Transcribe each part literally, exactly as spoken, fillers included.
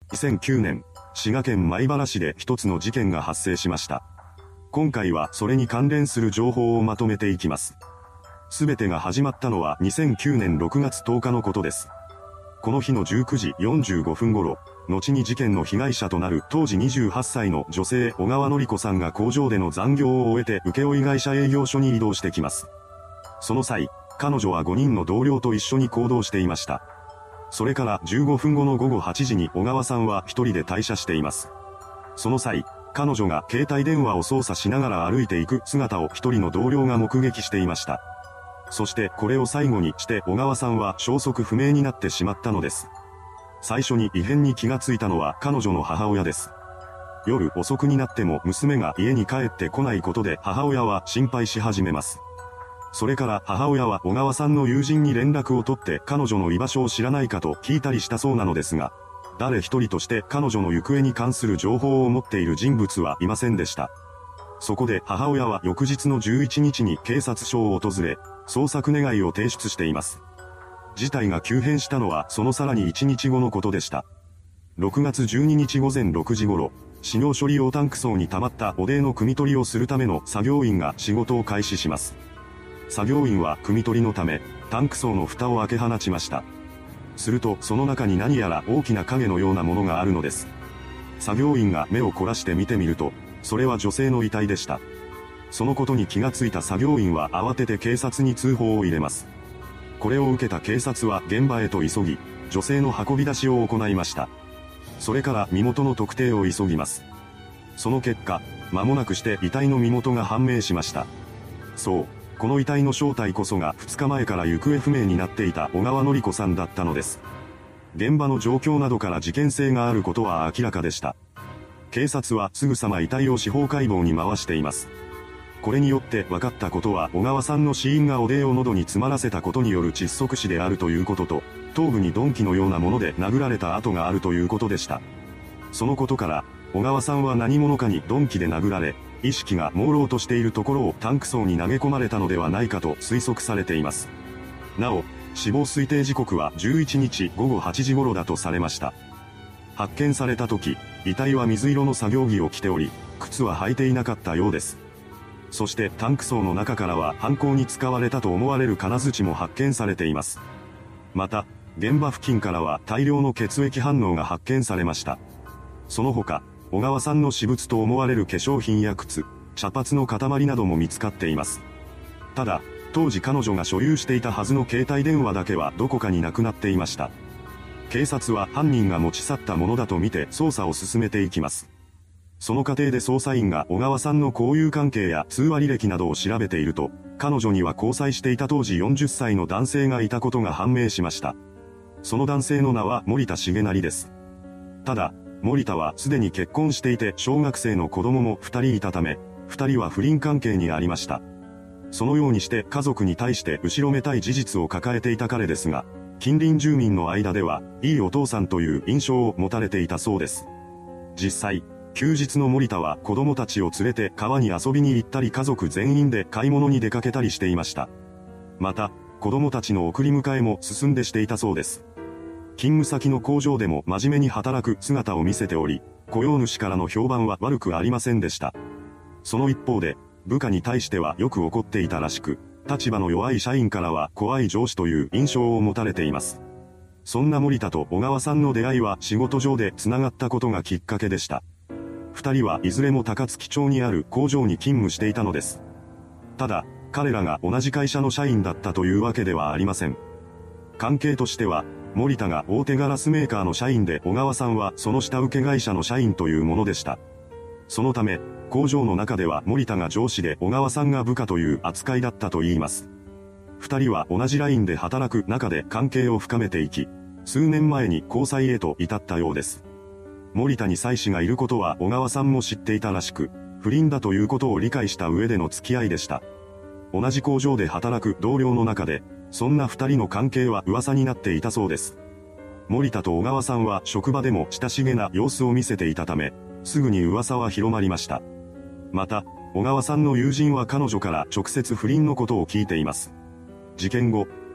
にせんきゅうねん、滋賀県米原市で一つの事件が発生しました。今回はそれに関連する情報をまとめていきます。すべてが始まったのはにせんきゅうねんろくがつとおかのことです。この日のじゅうくじよんじゅうごふん頃、後に事件の被害者となる当時にじゅうはっさいの女性小川典子さんが工場での残業を終えて請負会社営業所に移動してきます。その際、彼女はごにんの同僚と一緒に行動していました。それからじゅうごふんごのごごはちじに小川さんは一人で退社しています。その際、彼女が携帯電話を操作しながら歩いていく姿を一人の同僚が目撃していました。そしてこれを最後にして小川さんは消息不明になってしまったのです。最初に異変に気がついたのは彼女の母親です。夜遅くになっても娘が家に帰ってこないことで母親は心配し始めます。それから母親は小川さんの友人に連絡を取って彼女の居場所を知らないかと聞いたりしたそうなのですが、誰一人として彼女の行方に関する情報を持っている人物はいませんでした。そこで母親は翌日のじゅういちにちに警察署を訪れ、捜索願いを提出しています。事態が急変したのはそのさらにいちにちごのことでした。ろくがつじゅうににちごぜんろくじ頃、飼料処理用タンク層に溜まった汚泥の汲み取りをするための作業員が仕事を開始します。作業員は汲み取りのため、タンク層の蓋を開け放ちました。するとその中に何やら大きな影のようなものがあるのです。作業員が目を凝らして見てみると、それは女性の遺体でした。そのことに気がついた作業員は慌てて警察に通報を入れます。これを受けた警察は現場へと急ぎ、女性の運び出しを行いました。それから身元の特定を急ぎます。その結果、間もなくして遺体の身元が判明しました。そう、この遺体の正体こそがふつかまえから行方不明になっていた小川典子さんだったのです。現場の状況などから事件性があることは明らかでした。警察はすぐさま遺体を司法解剖に回しています。これによって分かったことは小川さんの死因が汚泥を喉に詰まらせたことによる窒息死であるということと、頭部に鈍器のようなもので殴られた跡があるということでした。そのことから、小川さんは何者かに鈍器で殴られ、意識が朦朧としているところをタンク層に投げ込まれたのではないかと推測されています。なお、死亡推定時刻はじゅういちにちごごはちじ頃だとされました。発見された時、遺体は水色の作業着を着ており、靴は履いていなかったようです。そしてタンク層の中からは犯行に使われたと思われる金槌も発見されています。また、現場付近からは大量の血液反応が発見されました。その他、小川さんの私物と思われる化粧品や靴、茶髪の塊なども見つかっています。ただ、当時彼女が所有していたはずの携帯電話だけはどこかになくなっていました。警察は犯人が持ち去ったものだとみて捜査を進めていきます。その過程で捜査員が小川さんの交友関係や通話履歴などを調べていると、彼女には交際していた当時よんじゅっさいの男性がいたことが判明しました。その男性の名は森田重成です。ただ、森田はすでに結婚していて小学生の子供もふたりいたため、ふたりは不倫関係にありました。そのようにして家族に対して後ろめたい事実を抱えていた彼ですが、近隣住民の間では、いいお父さんという印象を持たれていたそうです。実際、休日の森田は子供たちを連れて川に遊びに行ったり家族全員で買い物に出かけたりしていました。また、子供たちの送り迎えも進んでしていたそうです。勤務先の工場でも真面目に働く姿を見せており、雇用主からの評判は悪くありませんでした。その一方で、部下に対してはよく怒っていたらしく、立場の弱い社員からは怖い上司という印象を持たれています。そんな森田と小川さんの出会いは仕事上で繋がったことがきっかけでした。二人はいずれも高槻町にある工場に勤務していたのです。ただ、彼らが同じ会社の社員だったというわけではありません。関係としては、森田が大手ガラスメーカーの社員で小川さんはその下請け会社の社員というものでした。そのため、工場の中では森田が上司で小川さんが部下という扱いだったと言います。二人は同じラインで働く中で関係を深めていき、数年前に交際へと至ったようです。森田に妻子がいることは小川さんも知っていたらしく、不倫だということを理解した上での付き合いでした。同じ工場で働く同僚の中で、そんな二人の関係は噂になっていたそうです。森田と小川さんは職場でも親しげな様子を見せていたため、すぐに噂は広まりました。また、小川さんの友人は彼女から直接不倫のことを聞いています。事件後、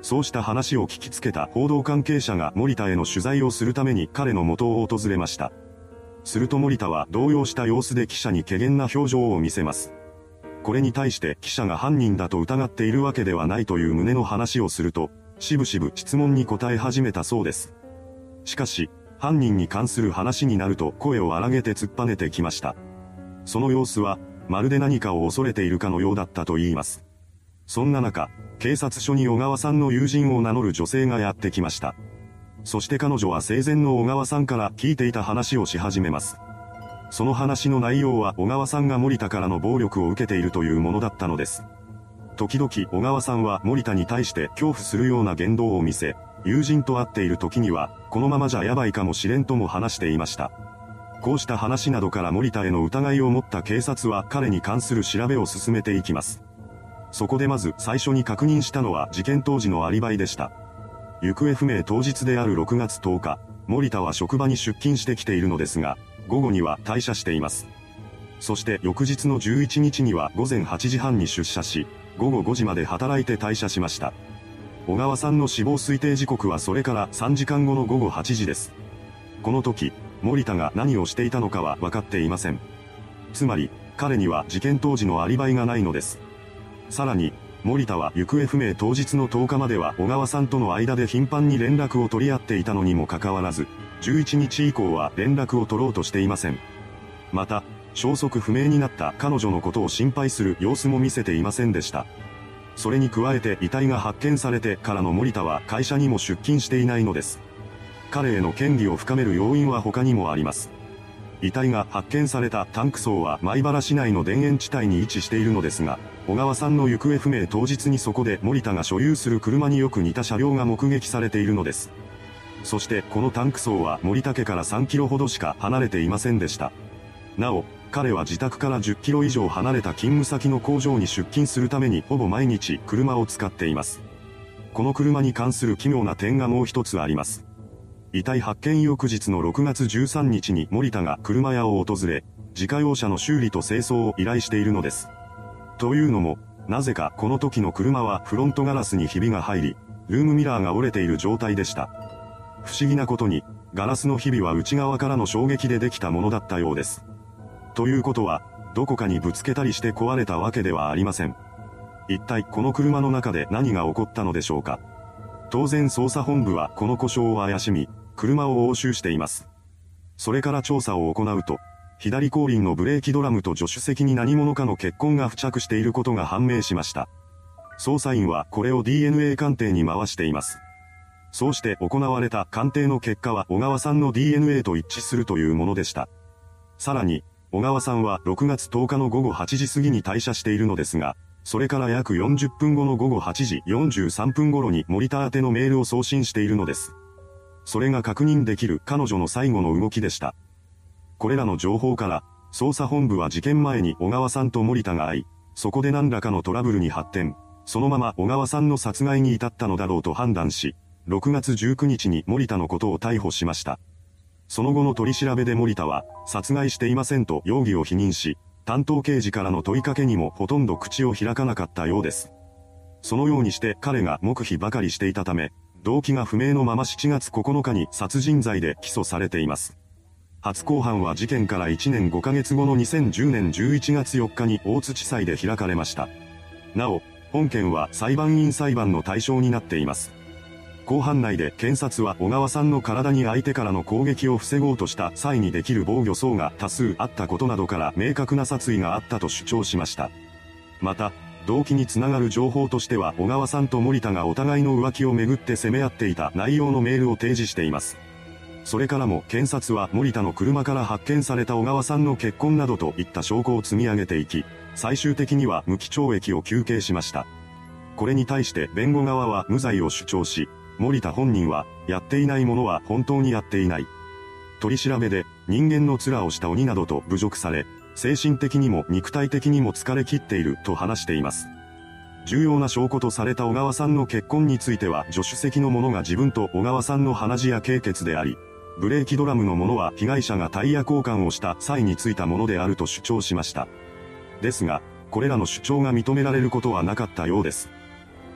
そうした話を聞きつけた報道関係者が森田への取材をするために彼の元を訪れました。すると森田は動揺した様子で記者に怪訝な表情を見せます。これに対して記者が犯人だと疑っているわけではないという旨の話をすると、しぶしぶ質問に答え始めたそうです。しかし、犯人に関する話になると声を荒げて突っぱねてきました。その様子は、まるで何かを恐れているかのようだったと言います。そんな中、警察署に小川さんの友人を名乗る女性がやってきました。そして彼女は生前の小川さんから聞いていた話をし始めます。その話の内容は小川さんが森田からの暴力を受けているというものだったのです。時々小川さんは森田に対して恐怖するような言動を見せ、友人と会っている時には、このままじゃやばいかもしれんとも話していました。こうした話などから森田への疑いを持った警察は彼に関する調べを進めていきます。そこでまず最初に確認したのは事件当時のアリバイでした。行方不明当日であるろくがつとおか、森田は職場に出勤してきているのですが、午後には退社しています。そして翌日のじゅういちにちにはごぜんはちじはんに出社し、ごごごじまで働いて退社しました。小川さんの死亡推定時刻はそれからさんじかんごのごごはちじです。この時、森田が何をしていたのかは分かっていません。つまり、彼には事件当時のアリバイがないのです。さらに、森田は行方不明当日のとおかまでは小川さんとの間で頻繁に連絡を取り合っていたのにもかかわらず、じゅういちにち以降は連絡を取ろうとしていません。また、消息不明になった彼女のことを心配する様子も見せていませんでした。それに加えて遺体が発見されてからの森田は会社にも出勤していないのです。彼への嫌疑を深める要因は他にもあります。遺体が発見されたタンク層は米原市内の田園地帯に位置しているのですが、小川さんの行方不明当日にそこで森田が所有する車によく似た車両が目撃されているのです。そしてこのタンク層は森田家からさんキロほどしか離れていませんでした。なお、彼は自宅からじゅっキロ以上離れた勤務先の工場に出勤するためにほぼ毎日車を使っています。この車に関する奇妙な点がもう一つあります。遺体発見翌日のろくがつじゅうさんにちに森田が車屋を訪れ、自家用車の修理と清掃を依頼しているのです。というのも、なぜかこの時の車はフロントガラスにひびが入り、ルームミラーが折れている状態でした。不思議なことに、ガラスのひびは内側からの衝撃でできたものだったようです。ということは、どこかにぶつけたりして壊れたわけではありません。一体この車の中で何が起こったのでしょうか。当然捜査本部はこの故障を怪しみ、車を押収しています。それから調査を行うと、左後輪のブレーキドラムと助手席に何者かの血痕が付着していることが判明しました。捜査員はこれを ディーエヌエー 鑑定に回しています。そうして行われた鑑定の結果は小川さんの ディーエヌエー と一致するというものでした。さらに、小川さんはろくがつとおかのごごはちじ過ぎに退社しているのですが、それから約よんじゅっぷんごのごごはちじよんじゅうさんぷん頃に森田宛てのメールを送信しているのです。それが確認できる彼女の最後の動きでした。これらの情報から、捜査本部は事件前に小川さんと森田が会い、そこで何らかのトラブルに発展、そのまま小川さんの殺害に至ったのだろうと判断し、ろくがつじゅうくにちに森田のことを逮捕しました。その後の取り調べで森田は、殺害していませんと容疑を否認し、担当刑事からの問いかけにもほとんど口を開かなかったようです。そのようにして彼が黙秘ばかりしていたため、動機が不明のまましちがつここのかに殺人罪で起訴されています。初公判は事件からいちねんごかげつごのにせんじゅうねんじゅういちがつよっかに大津地裁で開かれました。なお、本件は裁判員裁判の対象になっています。公判内で検察は小川さんの体に相手からの攻撃を防ごうとした際にできる防御層が多数あったことなどから明確な殺意があったと主張しました。また、動機につながる情報としては小川さんと森田がお互いの浮気をめぐって責め合っていた内容のメールを提示しています。それからも検察は森田の車から発見された小川さんの血痕などといった証拠を積み上げていき、最終的には無期懲役を求刑しました。これに対して弁護側は無罪を主張し、森田本人は、やっていないものは本当にやっていない。取り調べで、人間の面をした鬼などと侮辱され、精神的にも肉体的にも疲れ切っていると話しています。重要な証拠とされた小川さんの血痕については助手席のものが自分と小川さんの鼻血や経血であり、ブレーキドラムのものは被害者がタイヤ交換をした際についたものであると主張しました。ですが、これらの主張が認められることはなかったようです。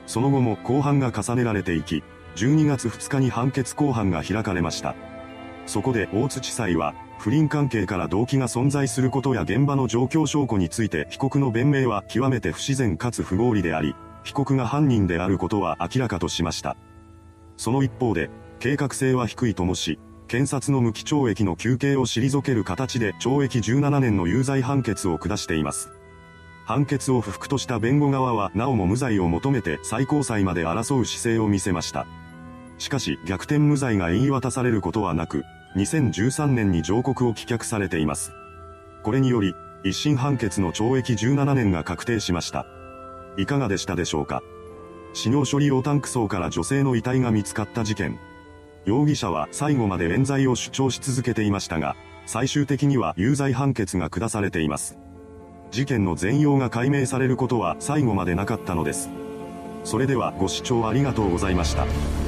その後も公判が重ねられていき、じゅうにがつふつかに判決公判が開かれました。そこで大津地裁は、不倫関係から動機が存在することや現場の状況証拠について被告の弁明は極めて不自然かつ不合理であり、被告が犯人であることは明らかとしました。その一方で、計画性は低いともし、検察の無期懲役の求刑を退ける形で懲役じゅうななねんの有罪判決を下しています。判決を不服とした弁護側はなおも無罪を求めて最高裁まで争う姿勢を見せました。しかし逆転無罪が言い渡されることはなく、にせんじゅうさんねんに上告を棄却されています。これにより、一審判決の懲役じゅうななねんが確定しました。いかがでしたでしょうか。死尿処理用タンク槽から女性の遺体が見つかった事件。容疑者は最後まで冤罪を主張し続けていましたが、最終的には有罪判決が下されています。事件の全容が解明されることは最後までなかったのです。それではご視聴ありがとうございました。